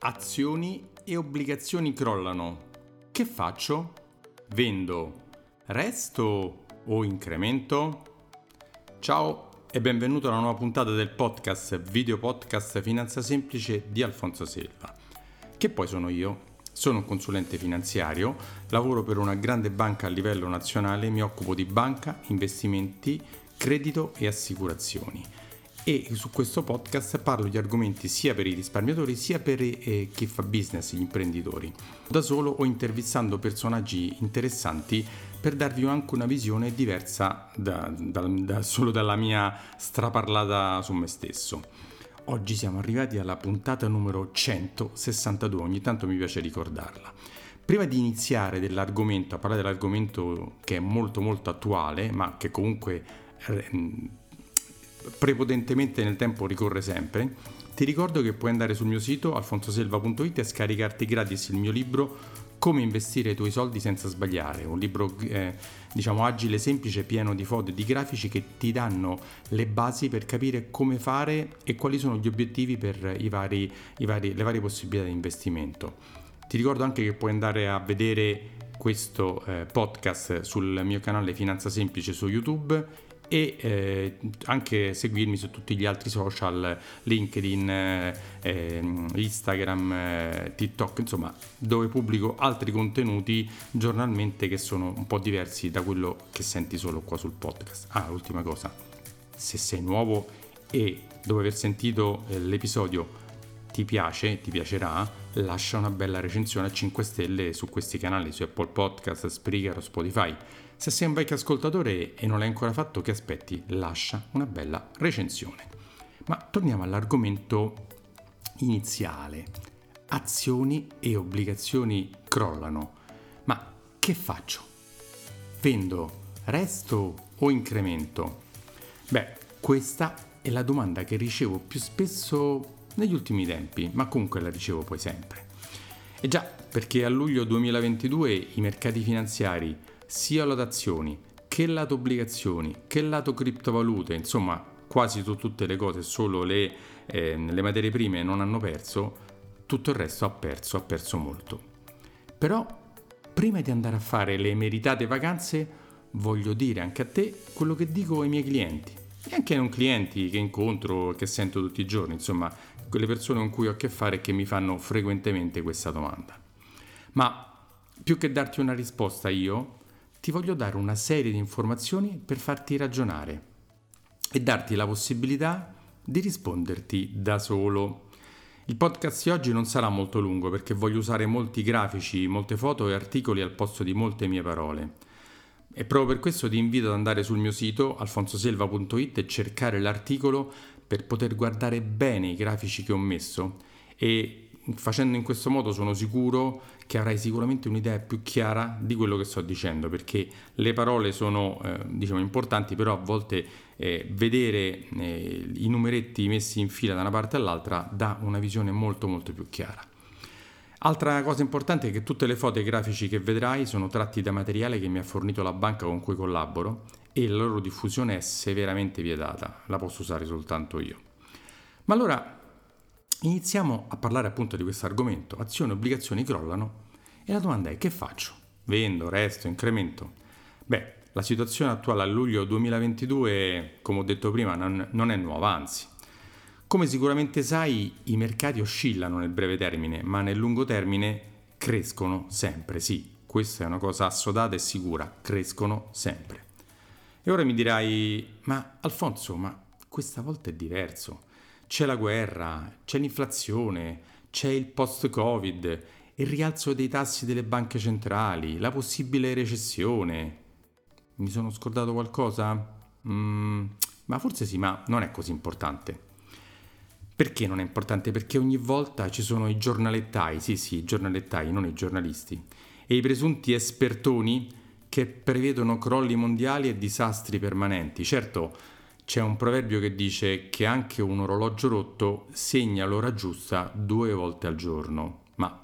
Azioni e obbligazioni crollano. Che faccio? Vendo, resto o incremento? Ciao e benvenuto alla nuova puntata del video podcast Finanza Semplice di Alfonso Selva. Che poi sono io. Sono un consulente finanziario, lavoro per una grande banca a livello nazionale, mi occupo di banca, investimenti, credito e assicurazioni. E su questo podcast parlo di argomenti sia per i risparmiatori sia per chi fa business, gli imprenditori, da solo o intervistando personaggi interessanti per darvi anche una visione diversa solo dalla mia straparlata su me stesso. Oggi siamo arrivati alla puntata numero 162, ogni tanto mi piace ricordarla. Prima di iniziare a parlare dell'argomento che è molto molto attuale, ma che comunque prepotentemente nel tempo ricorre sempre, ti ricordo che puoi andare sul mio sito alfonsoselva.it e scaricarti gratis il mio libro Come investire i tuoi soldi senza sbagliare, un libro agile, semplice, pieno di foto e di grafici che ti danno le basi per capire come fare e quali sono gli obiettivi per le varie possibilità di investimento. Ti ricordo anche che puoi andare a vedere questo podcast sul mio canale Finanza Semplice su YouTube e anche seguirmi su tutti gli altri social, LinkedIn, Instagram, TikTok, insomma, dove pubblico altri contenuti giornalmente che sono un po' diversi da quello che senti solo qua sul podcast. L'ultima cosa, se sei nuovo e dopo aver sentito l'episodio ti piacerà, lascia una bella recensione a 5 stelle su questi canali, su Apple Podcast, Spreaker o Spotify. Se sei un vecchio ascoltatore e non l'hai ancora fatto, che aspetti? Lascia una bella recensione. Ma torniamo all'argomento iniziale. Azioni e obbligazioni crollano. Ma che faccio? Vendo, resto o incremento? Questa è la domanda che ricevo più spesso negli ultimi tempi, ma comunque la ricevo poi sempre. E già, perché a luglio 2022 i mercati finanziari, sia lato azioni, che lato obbligazioni, che lato criptovalute, insomma quasi tutte le cose, solo le materie prime non hanno perso, tutto il resto ha perso molto. Però prima di andare a fare le meritate vacanze voglio dire anche a te quello che dico ai miei clienti e anche ai non clienti che incontro, che sento tutti i giorni, insomma quelle persone con cui ho a che fare e che mi fanno frequentemente questa domanda. Ma più che darti una risposta io ti voglio dare una serie di informazioni per farti ragionare e darti la possibilità di risponderti da solo. Il podcast di oggi non sarà molto lungo perché voglio usare molti grafici, molte foto e articoli al posto di molte mie parole. E proprio per questo ti invito ad andare sul mio sito alfonsoselva.it e cercare l'articolo per poter guardare bene i grafici che ho messo, e facendo in questo modo sono sicuro che avrai sicuramente un'idea più chiara di quello che sto dicendo, perché le parole sono importanti, però a volte vedere i numeretti messi in fila da una parte all'altra dà una visione molto molto più chiara. Altra cosa importante è che tutte le foto e i grafici che vedrai sono tratti da materiale che mi ha fornito la banca con cui collaboro e la loro diffusione è severamente vietata, la posso usare soltanto io. Ma allora iniziamo a parlare appunto di questo argomento. Azioni e obbligazioni crollano e la domanda è: che faccio? Vendo, resto, incremento? La situazione attuale a luglio 2022, come ho detto prima, non è nuova, anzi. Come sicuramente sai, i mercati oscillano nel breve termine, ma nel lungo termine crescono sempre, sì, questa è una cosa assodata e sicura, crescono sempre. E ora mi dirai: ma Alfonso, ma questa volta è diverso. C'è la guerra, c'è l'inflazione, c'è il post-Covid, il rialzo dei tassi delle banche centrali, la possibile recessione. Mi sono scordato qualcosa? Ma forse sì, ma non è così importante. Perché non è importante? Perché ogni volta ci sono i giornalettai, sì, i giornalettai, non i giornalisti, e i presunti espertoni che prevedono crolli mondiali e disastri permanenti. Certo, c'è un proverbio che dice che anche un orologio rotto segna l'ora giusta 2 volte al giorno, ma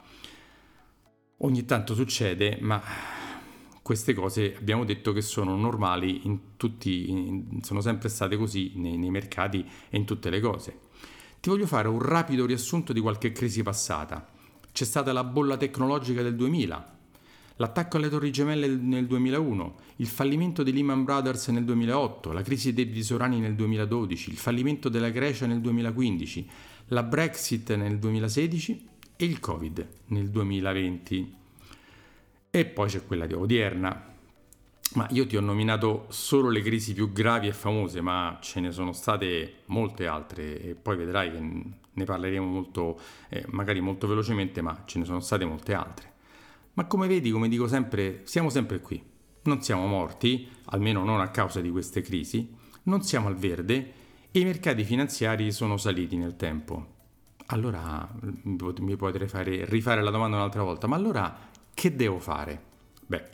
ogni tanto succede, ma queste cose abbiamo detto che sono normali sono sempre state così nei mercati e in tutte le cose. Ti voglio fare un rapido riassunto di qualche crisi passata. c'è stata la bolla tecnologica del 2000, l'attacco alle Torri Gemelle nel 2001, il fallimento di Lehman Brothers nel 2008, la crisi dei debiti sovrani nel 2012, il fallimento della Grecia nel 2015, la Brexit nel 2016 e il Covid nel 2020. E poi c'è quella odierna. Ma io ti ho nominato solo le crisi più gravi e famose, ma ce ne sono state molte altre e poi vedrai che ne parleremo molto, magari molto velocemente, ma ce ne sono state molte altre. Ma come vedi, come dico sempre, siamo sempre qui. Non siamo morti, almeno non a causa di queste crisi, non siamo al verde e i mercati finanziari sono saliti nel tempo. Allora mi potrei rifare la domanda un'altra volta, ma allora che devo fare? Beh,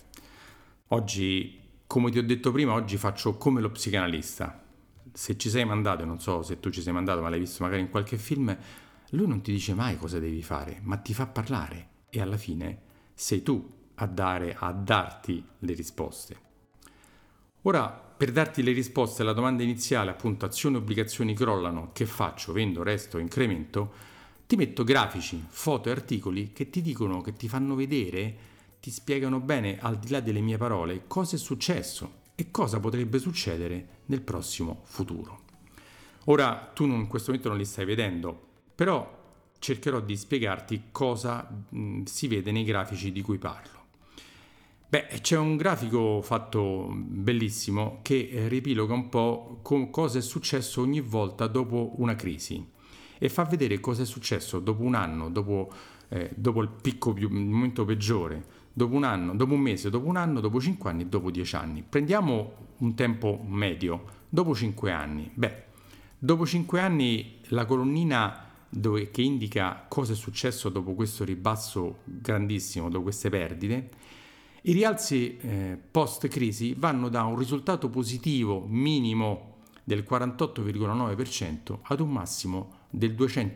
oggi, come ti ho detto prima, oggi faccio come lo psicanalista. Se ci sei mandato, non so se tu ci sei mandato, ma l'hai visto magari in qualche film, lui non ti dice mai cosa devi fare, ma ti fa parlare e alla fine sei tu a darti le risposte. Ora, per darti le risposte alla domanda iniziale, appunto, azioni e obbligazioni crollano, che faccio, vendo, resto, incremento, ti metto grafici, foto e articoli che ti dicono, che ti fanno vedere, ti spiegano bene, al di là delle mie parole, cosa è successo e cosa potrebbe succedere nel prossimo futuro. Ora, tu in questo momento non li stai vedendo, però cercherò di spiegarti cosa si vede nei grafici di cui parlo. Beh, c'è un grafico fatto bellissimo che riepiloga un po' cosa è successo ogni volta dopo una crisi e fa vedere cosa è successo dopo un anno, dopo il picco il momento peggiore, dopo un anno, dopo un mese, dopo un anno, dopo 5 anni, dopo 10 anni. Prendiamo un tempo medio, dopo 5 anni. Beh, dopo 5 anni la colonnina che indica cosa è successo dopo questo ribasso grandissimo, dopo queste perdite, i rialzi post-crisi vanno da un risultato positivo minimo del 48,9% ad un massimo del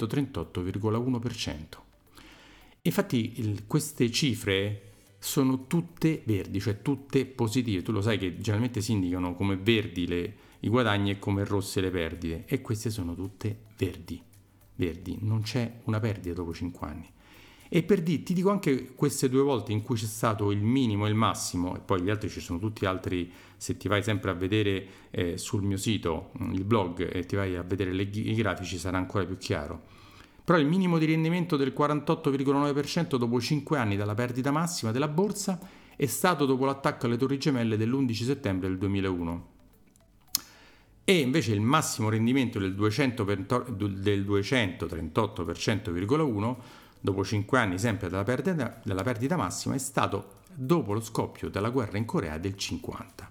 238,1%. Infatti queste cifre sono tutte verdi, cioè tutte positive. Tu lo sai che generalmente si indicano come verdi i guadagni e come rosse le perdite, e queste sono tutte verdi, non c'è una perdita dopo 5 anni. E ti dico anche queste 2 volte in cui c'è stato il minimo e il massimo, e poi gli altri ci sono tutti altri, se ti vai sempre a vedere sul mio sito, il blog, e ti vai a vedere i grafici sarà ancora più chiaro. Però il minimo di rendimento del 48,9% dopo 5 anni dalla perdita massima della borsa è stato dopo l'attacco alle Torri Gemelle dell'11 settembre del 2001. E invece il massimo rendimento del 238,1% dopo 5 anni sempre dalla perdita massima è stato dopo lo scoppio della guerra in Corea del 50.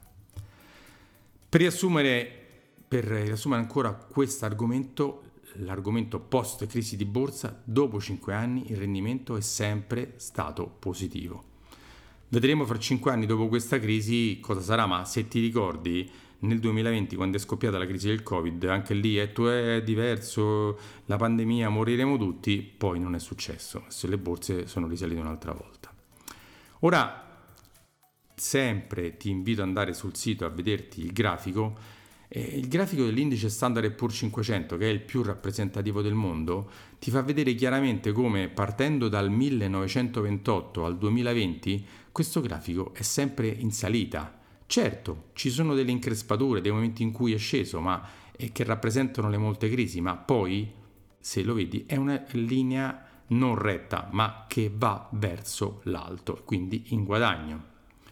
Per riassumere ancora questo argomento, l'argomento post crisi di borsa, dopo 5 anni il rendimento è sempre stato positivo. Vedremo fra 5 anni dopo questa crisi cosa sarà, ma se ti ricordi nel 2020 quando è scoppiata la crisi del Covid, anche lì è diverso, la pandemia, moriremo tutti, poi non è successo, se le borse sono risalite un'altra volta. Ora, sempre ti invito ad andare sul sito a vederti il grafico dell'indice Standard & Poor's 500, che è il più rappresentativo del mondo, ti fa vedere chiaramente come partendo dal 1928 al 2020 questo grafico è sempre in salita. Certo, ci sono delle increspature, dei momenti in cui è sceso, ma che rappresentano le molte crisi, ma poi, se lo vedi, è una linea non retta, ma che va verso l'alto, quindi in guadagno.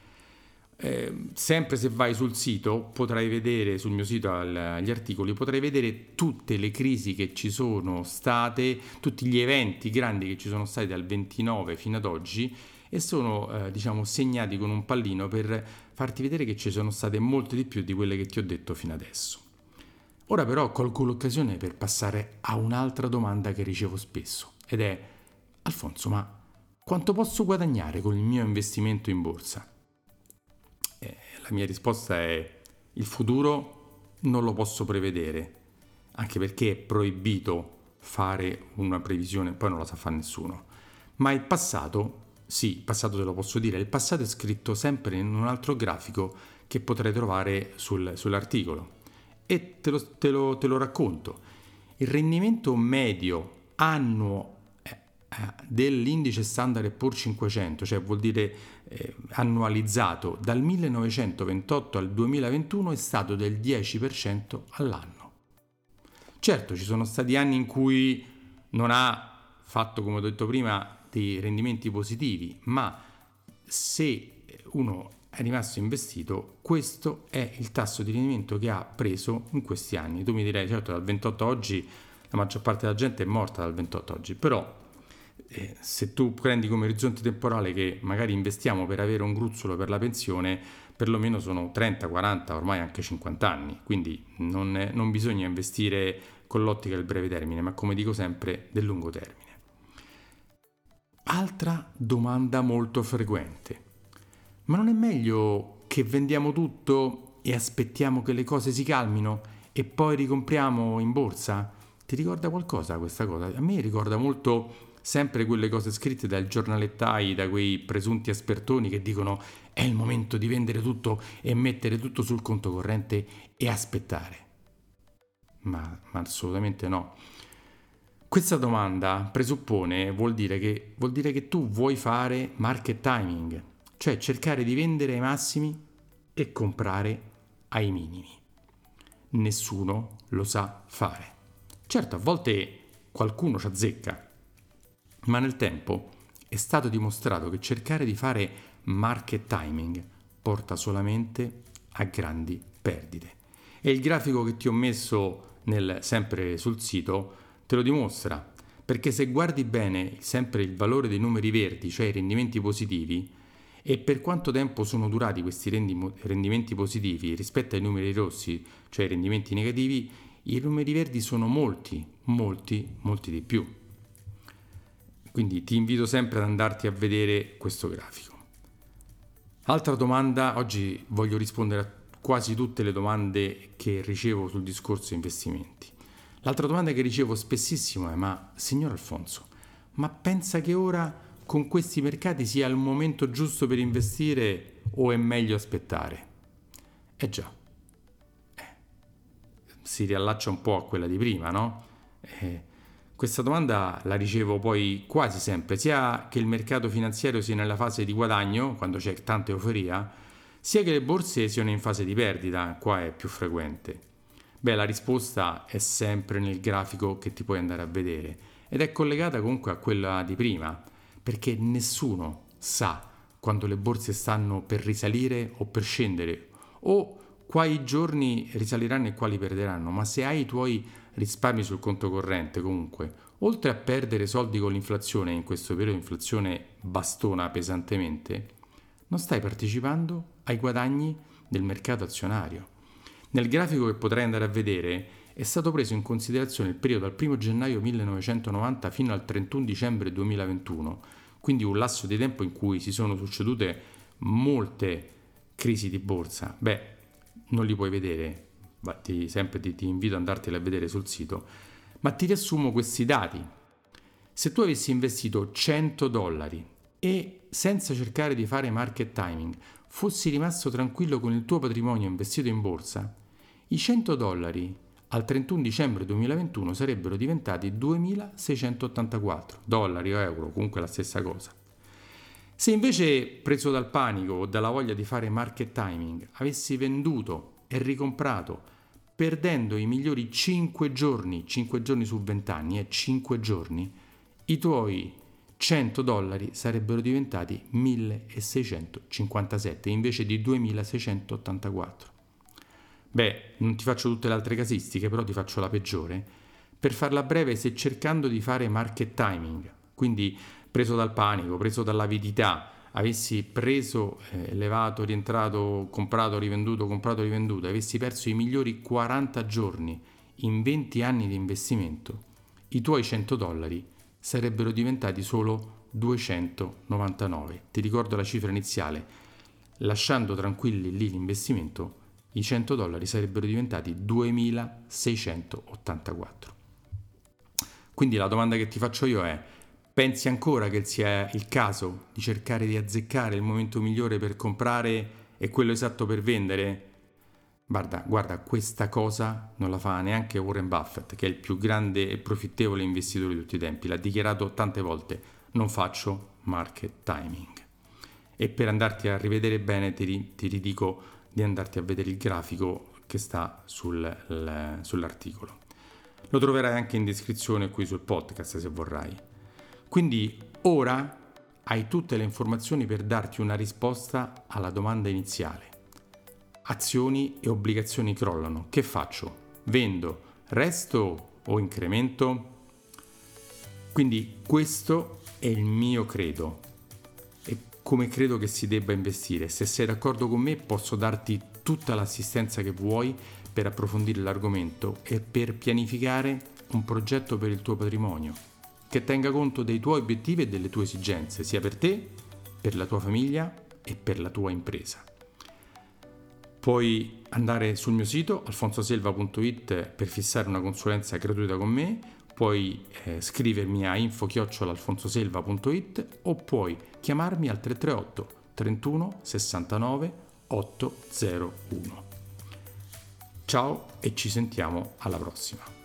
Sempre se vai sul sito potrai vedere, sul mio sito agli articoli, potrai vedere tutte le crisi che ci sono state, tutti gli eventi grandi che ci sono stati dal 29 fino ad oggi, e sono segnati con un pallino per farti vedere che ci sono state molte di più di quelle che ti ho detto fino adesso. Ora però colgo l'occasione per passare a un'altra domanda che ricevo spesso, ed è: Alfonso, ma quanto posso guadagnare con il mio investimento in borsa? La mia risposta è: il futuro non lo posso prevedere, anche perché è proibito fare una previsione, poi non la sa fare nessuno. Ma il passato, sì, il passato te lo posso dire, il passato è scritto sempre in un altro grafico che potrai trovare sull'articolo, e te lo racconto. Il rendimento medio annuo dell'indice Standard & Poor's 500, cioè vuol dire annualizzato dal 1928 al 2021, è stato del 10% all'anno. Certo, ci sono stati anni in cui non ha fatto, come ho detto prima, dei rendimenti positivi, ma se uno è rimasto investito, questo è il tasso di rendimento che ha preso in questi anni. Tu mi direi, certo, dal 28 a oggi la maggior parte della gente è morta dal 28 a oggi, però se tu prendi come orizzonte temporale che magari investiamo per avere un gruzzolo per la pensione, perlomeno sono 30, 40, ormai anche 50 anni, quindi non bisogna investire con l'ottica del breve termine, ma come dico sempre del lungo termine. Altra domanda molto frequente: ma non è meglio che vendiamo tutto e aspettiamo che le cose si calmino e poi ricompriamo in borsa? Ti ricorda qualcosa questa cosa? A me ricorda molto sempre quelle cose scritte dai giornalettai, da quei presunti espertoni che dicono è il momento di vendere tutto e mettere tutto sul conto corrente e aspettare. Ma assolutamente no. Questa domanda vuol dire che tu vuoi fare market timing, cioè cercare di vendere ai massimi e comprare ai minimi. Nessuno lo sa fare. Certo, a volte qualcuno ci azzecca, ma nel tempo è stato dimostrato che cercare di fare market timing porta solamente a grandi perdite. E il grafico che ti ho messo sempre sul sito te lo dimostra, perché se guardi bene sempre il valore dei numeri verdi, cioè i rendimenti positivi, e per quanto tempo sono durati questi rendimenti positivi rispetto ai numeri rossi, cioè i rendimenti negativi, i numeri verdi sono molti di più. Quindi ti invito sempre ad andarti a vedere questo grafico. Altra domanda, oggi voglio rispondere a quasi tutte le domande che ricevo sul discorso investimenti. L'altra domanda che ricevo spessissimo è: ma signor Alfonso, ma pensa che ora con questi mercati sia il momento giusto per investire o è meglio aspettare? Già, si riallaccia un po' a quella di prima, no? Questa domanda la ricevo poi quasi sempre, sia che il mercato finanziario sia nella fase di guadagno, quando c'è tanta euforia, sia che le borse siano in fase di perdita, qua è più frequente. Beh, la risposta è sempre nel grafico che ti puoi andare a vedere ed è collegata comunque a quella di prima, perché nessuno sa quando le borse stanno per risalire o per scendere, o quali giorni risaliranno e quali perderanno, ma se hai i tuoi risparmi sul conto corrente comunque, oltre a perdere soldi con l'inflazione, in questo periodo l'inflazione bastona pesantemente, non stai partecipando ai guadagni del mercato azionario. Nel grafico che potrai andare a vedere è stato preso in considerazione il periodo dal 1 gennaio 1990 fino al 31 dicembre 2021, quindi un lasso di tempo in cui si sono succedute molte crisi di borsa. Beh, non li puoi vedere, ti invito ad andarteli a vedere sul sito, ma ti riassumo questi dati. Se tu avessi investito $100 e senza cercare di fare market timing fossi rimasto tranquillo con il tuo patrimonio investito in borsa, i $100 al 31 dicembre 2021 sarebbero diventati $2.684 o euro, comunque la stessa cosa. Se invece, preso dal panico o dalla voglia di fare market timing, avessi venduto e ricomprato perdendo i migliori 5 giorni su 20 anni, 5 giorni, i tuoi $100 sarebbero diventati 1.657 invece di 2.684. Beh, non ti faccio tutte le altre casistiche, però ti faccio la peggiore. Per farla breve, se cercando di fare market timing, quindi preso dal panico, preso dall'avidità, avessi preso, elevato, rientrato, comprato, rivenduto, avessi perso i migliori 40 giorni in 20 anni di investimento, i tuoi $100 sarebbero diventati solo 299. Ti ricordo la cifra iniziale. Lasciando tranquilli lì l'investimento, i $100 sarebbero diventati 2.684. Quindi la domanda che ti faccio io è: pensi ancora che sia il caso di cercare di azzeccare il momento migliore per comprare e quello esatto per vendere? Guarda, questa cosa non la fa neanche Warren Buffett, che è il più grande e profittevole investitore di tutti i tempi. L'ha dichiarato tante volte: non faccio market timing. E per andarti a rivedere bene ti ridico di andarti a vedere il grafico che sta sull'articolo. Lo troverai anche in descrizione qui sul podcast se vorrai. Quindi ora hai tutte le informazioni per darti una risposta alla domanda iniziale. Azioni e obbligazioni crollano. Che faccio? Vendo? Resto o incremento? Quindi questo è il mio credo e come credo che si debba investire. Se sei d'accordo con me posso darti tutta l'assistenza che vuoi per approfondire l'argomento e per pianificare un progetto per il tuo patrimonio che tenga conto dei tuoi obiettivi e delle tue esigenze, sia per te, per la tua famiglia e per la tua impresa. Puoi andare sul mio sito alfonsoselva.it per fissare una consulenza gratuita con me, puoi scrivermi a info@alfonsoselva.it o puoi chiamarmi al 338 31 69 801. Ciao e ci sentiamo alla prossima.